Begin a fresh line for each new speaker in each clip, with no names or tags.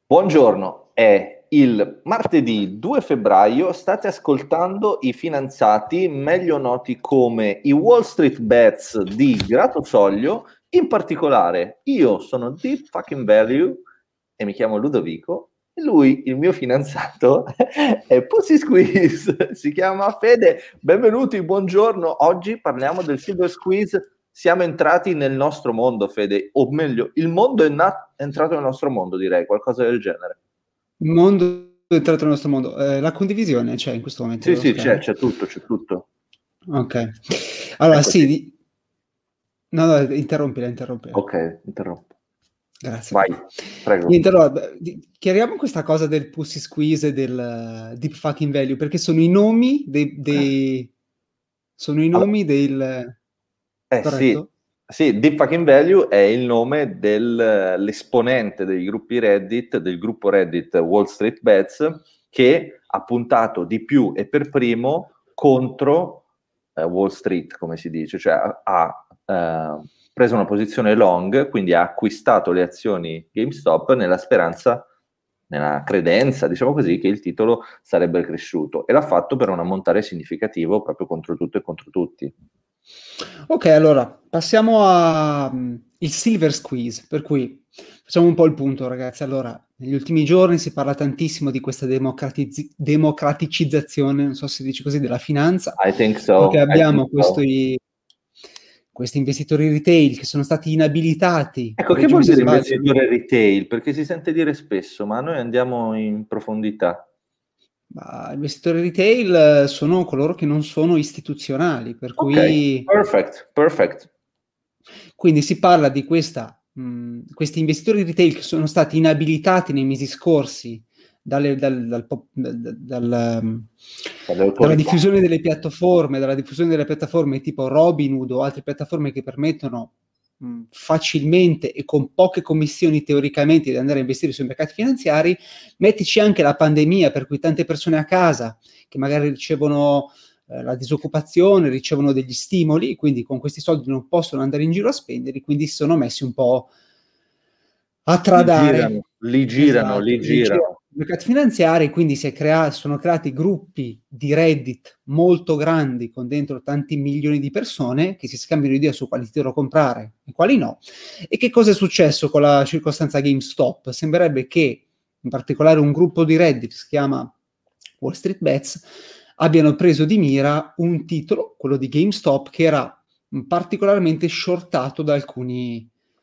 Buongiorno, è il martedì 2 febbraio, state ascoltando I Finanziati, meglio noti come i Wall Street Bets di Grato Soglio. In particolare, io sono Deep Fucking Value e mi chiamo Ludovico, e lui, il mio fidanzato, è Pussy Squeeze, si chiama Fede. Benvenuti, buongiorno. Oggi parliamo del Silver Squeeze. Siamo entrati nel nostro mondo, Fede, o meglio, il mondo è entrato nel nostro mondo, direi, qualcosa del genere.
Il mondo è entrato nel nostro mondo. La condivisione c'è in questo momento?
Sì, c'è tutto.
Ok. Allora,
Eccoci.
sì. No, interrompila.
Ok, interrompo.
Grazie.
Vai, prego.
Niente, allora, chiariamo questa cosa del Pussy Squeeze e del Deep Fucking Value, perché sono i nomi sono i nomi del... Corretto?
Sì, Deep Fucking Value è il nome dell'esponente dei gruppi Reddit, del gruppo Reddit Wall Street Bets, che ha puntato di più e per primo contro Wall Street, come si dice, cioè ha preso una posizione long, quindi ha acquistato le azioni GameStop nella speranza, nella credenza, diciamo così, che il titolo sarebbe cresciuto, e l'ha fatto per un ammontare significativo proprio contro tutto e contro tutti.
Ok, allora, passiamo al Silver Squeeze, per cui facciamo un po' il punto, ragazzi. Allora, negli ultimi giorni si parla tantissimo di questa democraticizzazione, non so se si dice così, della finanza,
I think so.
perché abbiamo questi investitori retail che sono stati inabilitati,
Ecco, che vuol
correggimi se
dire
sbaglio.
investitore retail? Perché si sente dire spesso, ma noi andiamo in profondità.
Ma investitori retail sono coloro che non sono istituzionali, per
Ok,
cui...
perfect.
Quindi si parla di questi investitori retail che sono stati inabilitati nei mesi scorsi dalla diffusione delle piattaforme tipo Robinhood o altre piattaforme che permettono facilmente e con poche commissioni teoricamente di andare a investire sui mercati finanziari. Mettici anche la pandemia, per cui tante persone a casa che magari ricevono la disoccupazione, ricevono degli stimoli, quindi con questi soldi non possono andare in giro a spenderli, quindi si sono messi un po' a tradare.
Li girano.
I mercati finanziari, quindi sono creati gruppi di Reddit molto grandi con dentro tanti milioni di persone che si scambiano idea su quali titolo comprare e quali no. E che cosa è successo con la circostanza GameStop? Sembrerebbe che in particolare un gruppo di Reddit che si chiama Wall Street Bets abbiano preso di mira un titolo, quello di GameStop, che era particolarmente shortato da alcuni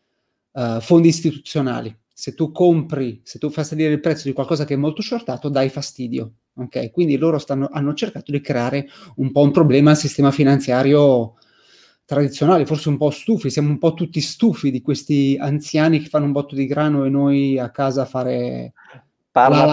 fondi istituzionali. Se tu fai salire il prezzo di qualcosa che è molto shortato, dai fastidio. Ok? Quindi loro hanno cercato di creare un po' un problema al sistema finanziario tradizionale, forse un po' stufi, siamo un po' tutti stufi di questi anziani che fanno un botto di grano e noi a casa a fare...
Parla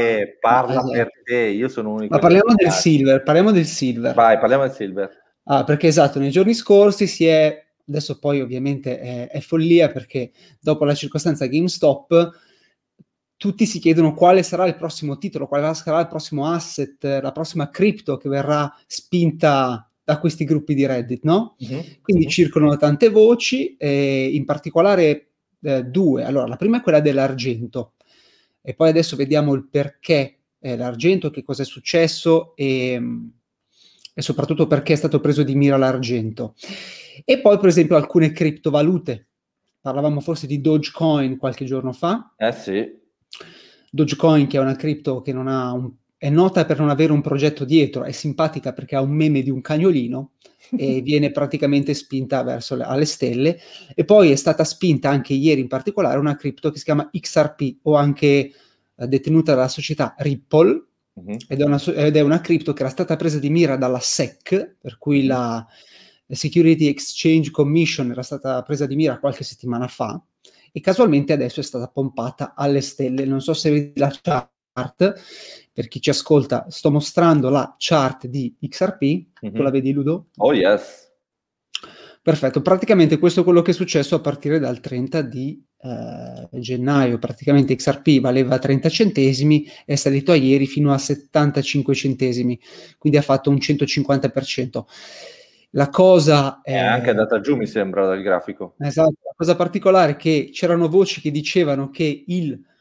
per te, io sono un unico.
Ma parliamo del silver.
Vai, parliamo del silver.
Perché esatto, nei giorni scorsi adesso poi ovviamente è follia, perché dopo la circostanza GameStop tutti si chiedono quale sarà il prossimo titolo, quale sarà il prossimo asset, la prossima cripto che verrà spinta da questi gruppi di Reddit, no? Quindi circolano tante voci, in particolare due. Allora, la prima è quella dell'argento, e poi adesso vediamo il perché l'argento, che cosa è successo e soprattutto perché è stato preso di mira l'argento. E poi, per esempio, alcune criptovalute. Parlavamo forse di Dogecoin qualche giorno fa.
Sì.
Dogecoin, che è una cripto che è nota per non avere un progetto dietro, è simpatica perché ha un meme di un cagnolino e viene praticamente spinta verso alle stelle. E poi è stata spinta anche ieri in particolare una cripto che si chiama XRP, o anche detenuta dalla società Ripple, ed è una cripto che era stata presa di mira dalla SEC, per cui la Security Exchange Commission era stata presa di mira qualche settimana fa, e casualmente adesso è stata pompata alle stelle. Non so se vedi la chart, per chi ci ascolta sto mostrando la chart di XRP, tu la vedi, Ludo?
Oh yes.
Perfetto, praticamente questo è quello che è successo a partire dal 30 di gennaio. Praticamente XRP valeva 30 centesimi, è salito a ieri fino a 75 centesimi, quindi ha fatto un 150%. La cosa
è anche andata giù, mi sembra, dal grafico.
Esatto, la cosa particolare è che c'erano voci che dicevano che il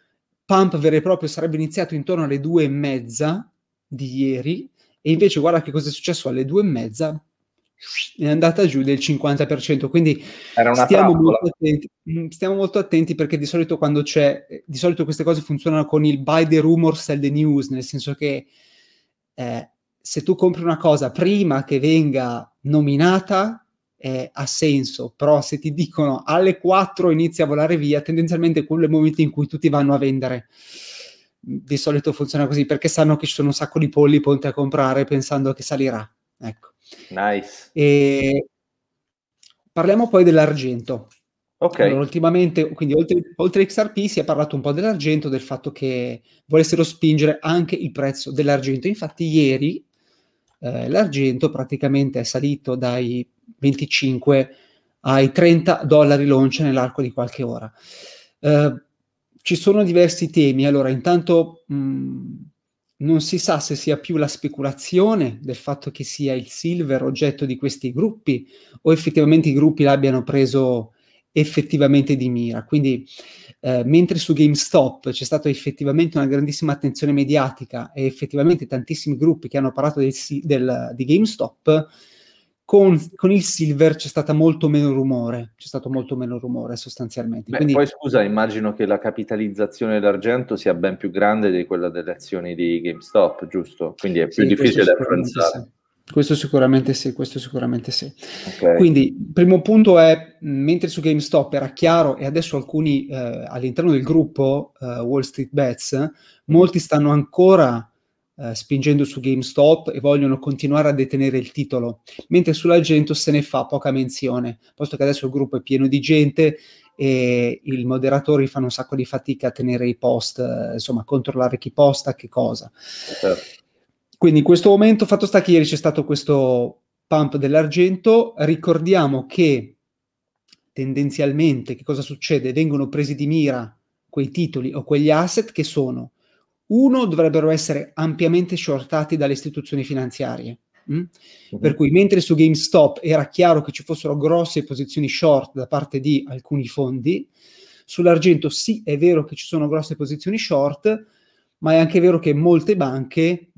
pump vero e proprio sarebbe iniziato intorno alle 2:30 di ieri, e invece guarda che cosa è successo alle 2:30, è andata giù del 50%, quindi
Era una
stiamo
trappola.
stiamo molto attenti, perché di solito di solito queste cose funzionano con il buy the rumor, sell the news, nel senso che se tu compri una cosa prima che venga nominata ha senso, però se ti dicono alle 4 inizia a volare via, tendenzialmente quello è il momento in cui tutti vanno a vendere. Di solito funziona così, perché sanno che ci sono un sacco di polli pronti a comprare pensando che salirà. Ecco.
Nice.
E parliamo poi dell'argento.
Ok.
Allora, ultimamente, quindi oltre XRP, si è parlato un po' dell'argento, del fatto che volessero spingere anche il prezzo dell'argento. Infatti ieri l'argento praticamente è salito dai 25 ai $30 l'oncia nell'arco di qualche ora. Ci sono diversi temi. Allora, intanto non si sa se sia più la speculazione del fatto che sia il silver oggetto di questi gruppi, o effettivamente i gruppi l'abbiano preso effettivamente di mira. Quindi mentre su GameStop c'è stata effettivamente una grandissima attenzione mediatica e effettivamente tantissimi gruppi che hanno parlato di GameStop, con il silver c'è stato molto meno rumore sostanzialmente.
Beh,
Quindi
poi scusa, immagino che la capitalizzazione dell'argento sia ben più grande di quella delle azioni di GameStop, giusto? Quindi è più
sì,
difficile da influenzare.
questo sicuramente sì.
Ok.
Quindi, primo punto è, mentre su GameStop era chiaro, e adesso alcuni all'interno del gruppo Wall Street Bets, molti stanno ancora spingendo su GameStop e vogliono continuare a detenere il titolo, mentre sull'argento se ne fa poca menzione, posto che adesso il gruppo è pieno di gente e i moderatori fanno un sacco di fatica a tenere i post, insomma, controllare chi posta, che cosa.
Certo.
Quindi in questo momento, fatto sta che ieri c'è stato questo pump dell'argento. Ricordiamo che tendenzialmente che cosa succede? Vengono presi di mira quei titoli o quegli asset che sono: uno, dovrebbero essere ampiamente shortati dalle istituzioni finanziarie. Per cui mentre su GameStop era chiaro che ci fossero grosse posizioni short da parte di alcuni fondi, sull'argento sì, è vero che ci sono grosse posizioni short, ma è anche vero che molte banche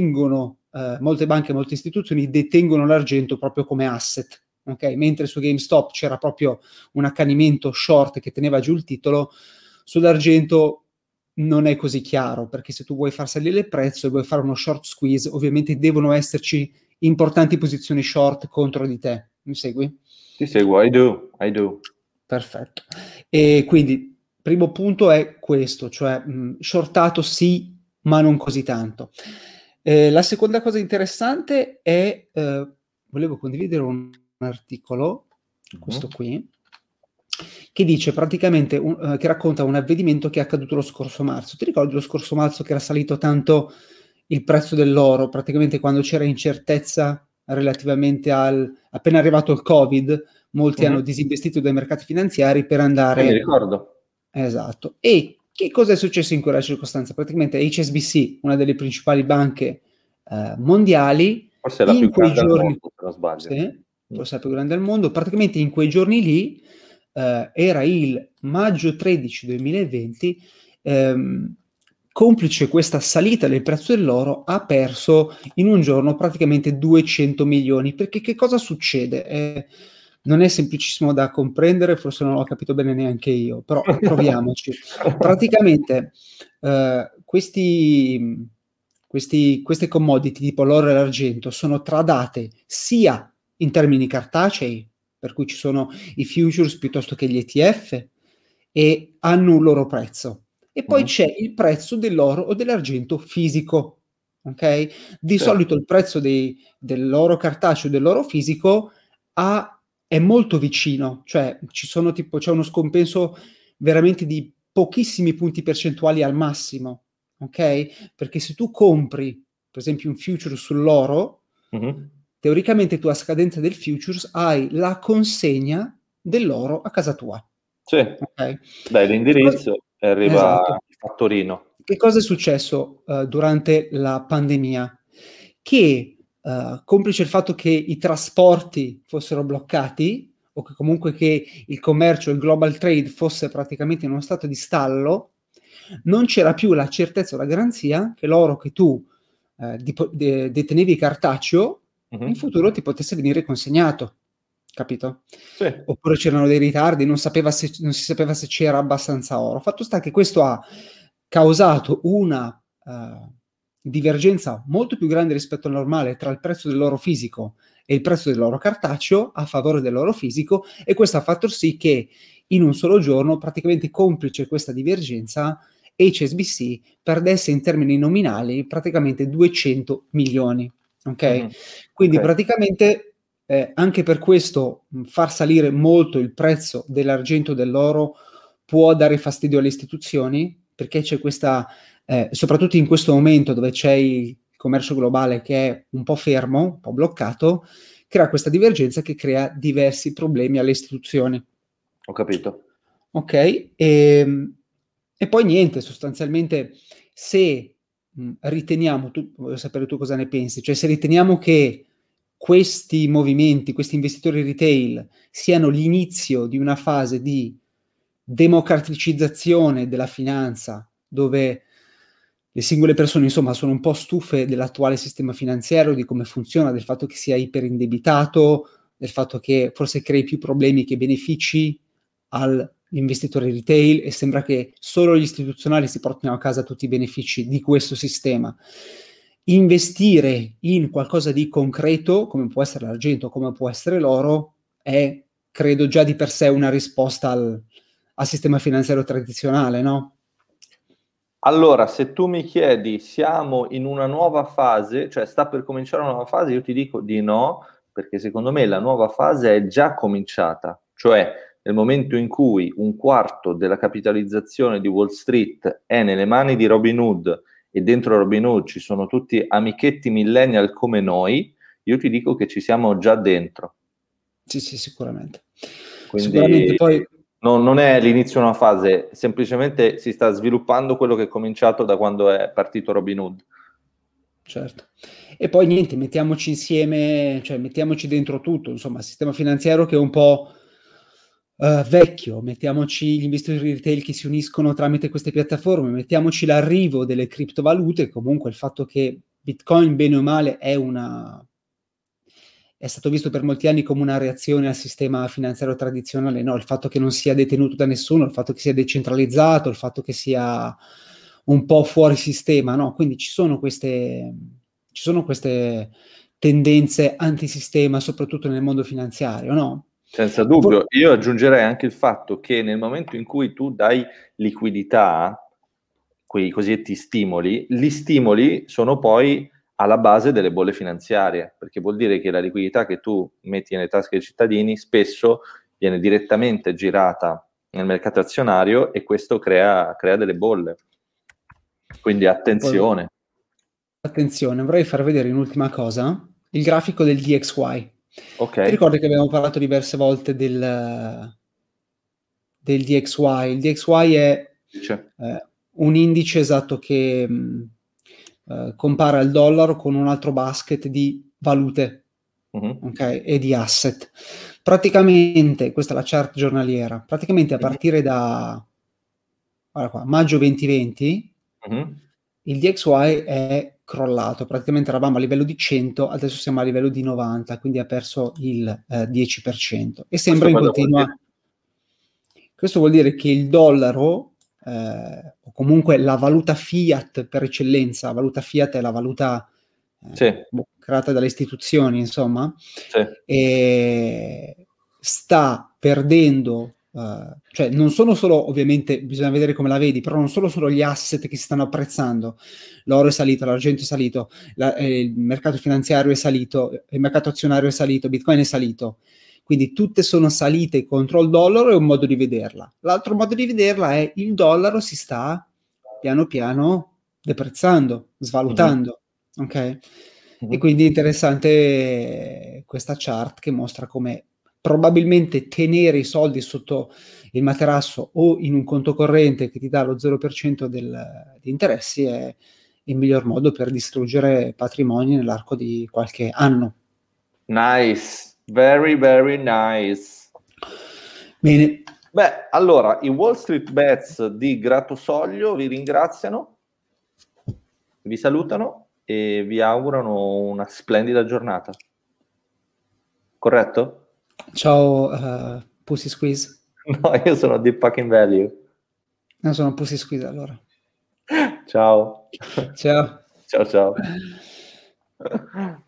e molte istituzioni detengono l'argento proprio come asset. Okay? Mentre su GameStop c'era proprio un accanimento short che teneva giù il titolo, sull'argento non è così chiaro, perché se tu vuoi far salire il prezzo e vuoi fare uno short squeeze, ovviamente devono esserci importanti posizioni short contro di te. Mi segui?
Ti seguo, I do.
Perfetto. E quindi, primo punto è questo, cioè shortato sì, ma non così tanto. La seconda cosa interessante è, volevo condividere un articolo, questo qui, che dice praticamente, che racconta un avvenimento che è accaduto lo scorso marzo. Ti ricordi lo scorso marzo che era salito tanto il prezzo dell'oro, praticamente quando c'era incertezza relativamente appena arrivato il Covid, molti hanno disinvestito dai mercati finanziari per andare...
Mi ricordo.
Esatto. E che cosa è successo in quella circostanza? Praticamente HSBC, una delle principali banche mondiali,
Forse è la
in
più
quei
grande al
giorni...
mondo, se non sbaglio.
Sì, forse la più grande al mondo. Praticamente in quei giorni lì, era il maggio 13 2020, complice questa salita del prezzo dell'oro, ha perso in un giorno praticamente 200 milioni. Perché che cosa succede? Non è semplicissimo da comprendere, forse non l'ho capito bene neanche io, però proviamoci. Praticamente queste commodity tipo l'oro e l'argento sono tradate sia in termini cartacei, per cui ci sono i futures piuttosto che gli ETF, e hanno un loro prezzo. E poi c'è il prezzo dell'oro o dell'argento fisico, ok? Di solito il prezzo dell'oro cartaceo e dell'oro fisico è molto vicino, cioè c'è uno scompenso veramente di pochissimi punti percentuali al massimo, ok? Perché se tu compri, per esempio, un future sull'oro, teoricamente tu a scadenza del futures hai la consegna dell'oro a casa tua.
Sì,
Okay?
dai l'indirizzo e arriva
Esatto.
il fattorino.
Che cosa è successo durante la pandemia? Che complice il fatto che i trasporti fossero bloccati, o che comunque che il commercio, il global trade fosse praticamente in uno stato di stallo, non c'era più la certezza o la garanzia che l'oro che tu detenevi cartaceo in futuro ti potesse venire consegnato, capito?
Sì.
Oppure c'erano dei ritardi, non si sapeva se c'era abbastanza oro. Fatto sta che questo ha causato una divergenza molto più grande rispetto al normale tra il prezzo dell'oro fisico e il prezzo dell'oro cartaceo a favore dell'oro fisico, e questo ha fatto sì che in un solo giorno, praticamente complice questa divergenza, HSBC perdesse in termini nominali praticamente 200 milioni. Ok? Quindi praticamente anche per questo far salire molto il prezzo dell'argento e dell'oro può dare fastidio alle istituzioni, perché c'è questa, soprattutto in questo momento dove c'è il commercio globale che è un po' fermo, un po' bloccato, crea questa divergenza che crea diversi problemi alle istituzioni.
Ho capito.
Ok, e poi niente, sostanzialmente se riteniamo, voglio sapere tu cosa ne pensi, cioè se riteniamo che questi movimenti, questi investitori retail siano l'inizio di una fase di democraticizzazione della finanza, dove le singole persone, insomma, sono un po' stufe dell'attuale sistema finanziario, di come funziona, del fatto che sia iperindebitato, del fatto che forse crei più problemi che benefici all'investitore retail, e sembra che solo gli istituzionali si portino a casa tutti i benefici di questo sistema. Investire in qualcosa di concreto, come può essere l'argento, come può essere l'oro, è, credo, già di per sé una risposta al sistema finanziario tradizionale, no?
Allora, se tu mi chiedi, siamo in una nuova fase, cioè sta per cominciare una nuova fase, io ti dico di no, perché secondo me la nuova fase è già cominciata, cioè nel momento in cui un quarto della capitalizzazione di Wall Street è nelle mani di Robinhood e dentro Robinhood ci sono tutti amichetti millennial come noi, io ti dico che ci siamo già dentro.
Sì, sicuramente.
Quindi
Sicuramente poi
non è l'inizio di una fase, semplicemente si sta sviluppando quello che è cominciato da quando è partito Robinhood.
Certo. E poi niente, mettiamoci insieme, cioè mettiamoci dentro tutto, insomma, il sistema finanziario che è un po' vecchio, mettiamoci gli investitori retail che si uniscono tramite queste piattaforme, mettiamoci l'arrivo delle criptovalute, comunque il fatto che Bitcoin, bene o male, è stato visto per molti anni come una reazione al sistema finanziario tradizionale, no? Il fatto che non sia detenuto da nessuno, il fatto che sia decentralizzato, il fatto che sia un po' fuori sistema, no? Quindi ci sono queste tendenze antisistema, soprattutto nel mondo finanziario, no?
Senza dubbio, io aggiungerei anche il fatto che nel momento in cui tu dai liquidità, quei cosiddetti stimoli, gli stimoli sono poi alla base delle bolle finanziarie, perché vuol dire che la liquidità che tu metti nelle tasche dei cittadini spesso viene direttamente girata nel mercato azionario e questo crea delle bolle. Quindi attenzione.
Attenzione, vorrei far vedere un'ultima cosa, il grafico del DXY.
Ok.
Ti ricordi che abbiamo parlato diverse volte del DXY? Il DXY è un indice esatto che compara il dollaro con un altro basket di valute, okay, e di asset. Praticamente, questa è la chart giornaliera, praticamente a partire da maggio 2020, il DXY è crollato, praticamente eravamo a livello di 100, adesso siamo a livello di 90, quindi ha perso il 10%. E sembra in continua... Questo vuol dire che il dollaro, o comunque la valuta fiat per eccellenza, valuta fiat è la valuta creata dalle istituzioni, insomma, sta perdendo, cioè non sono solo, ovviamente bisogna vedere come la vedi, però non sono solo gli asset che si stanno apprezzando, l'oro è salito, l'argento è salito, il mercato finanziario è salito, il mercato azionario è salito, Bitcoin è salito. Quindi tutte sono salite contro il dollaro, è un modo di vederla. L'altro modo di vederla è il dollaro si sta piano piano deprezzando, svalutando, ok? E quindi è interessante questa chart che mostra come probabilmente tenere i soldi sotto il materasso o in un conto corrente che ti dà lo 0% di interessi è il miglior modo per distruggere patrimoni nell'arco di qualche anno.
Nice, very very nice.
Bene,
Beh, allora, i Wall Street Bets di Gratosoglio vi ringraziano, vi salutano e vi augurano una splendida giornata. Corretto?
Ciao, Pussy Squeeze.
No, io sono Deep Fucking Value.
No, sono Pussy Squeeze allora.
Ciao.
Ciao.
Ciao ciao.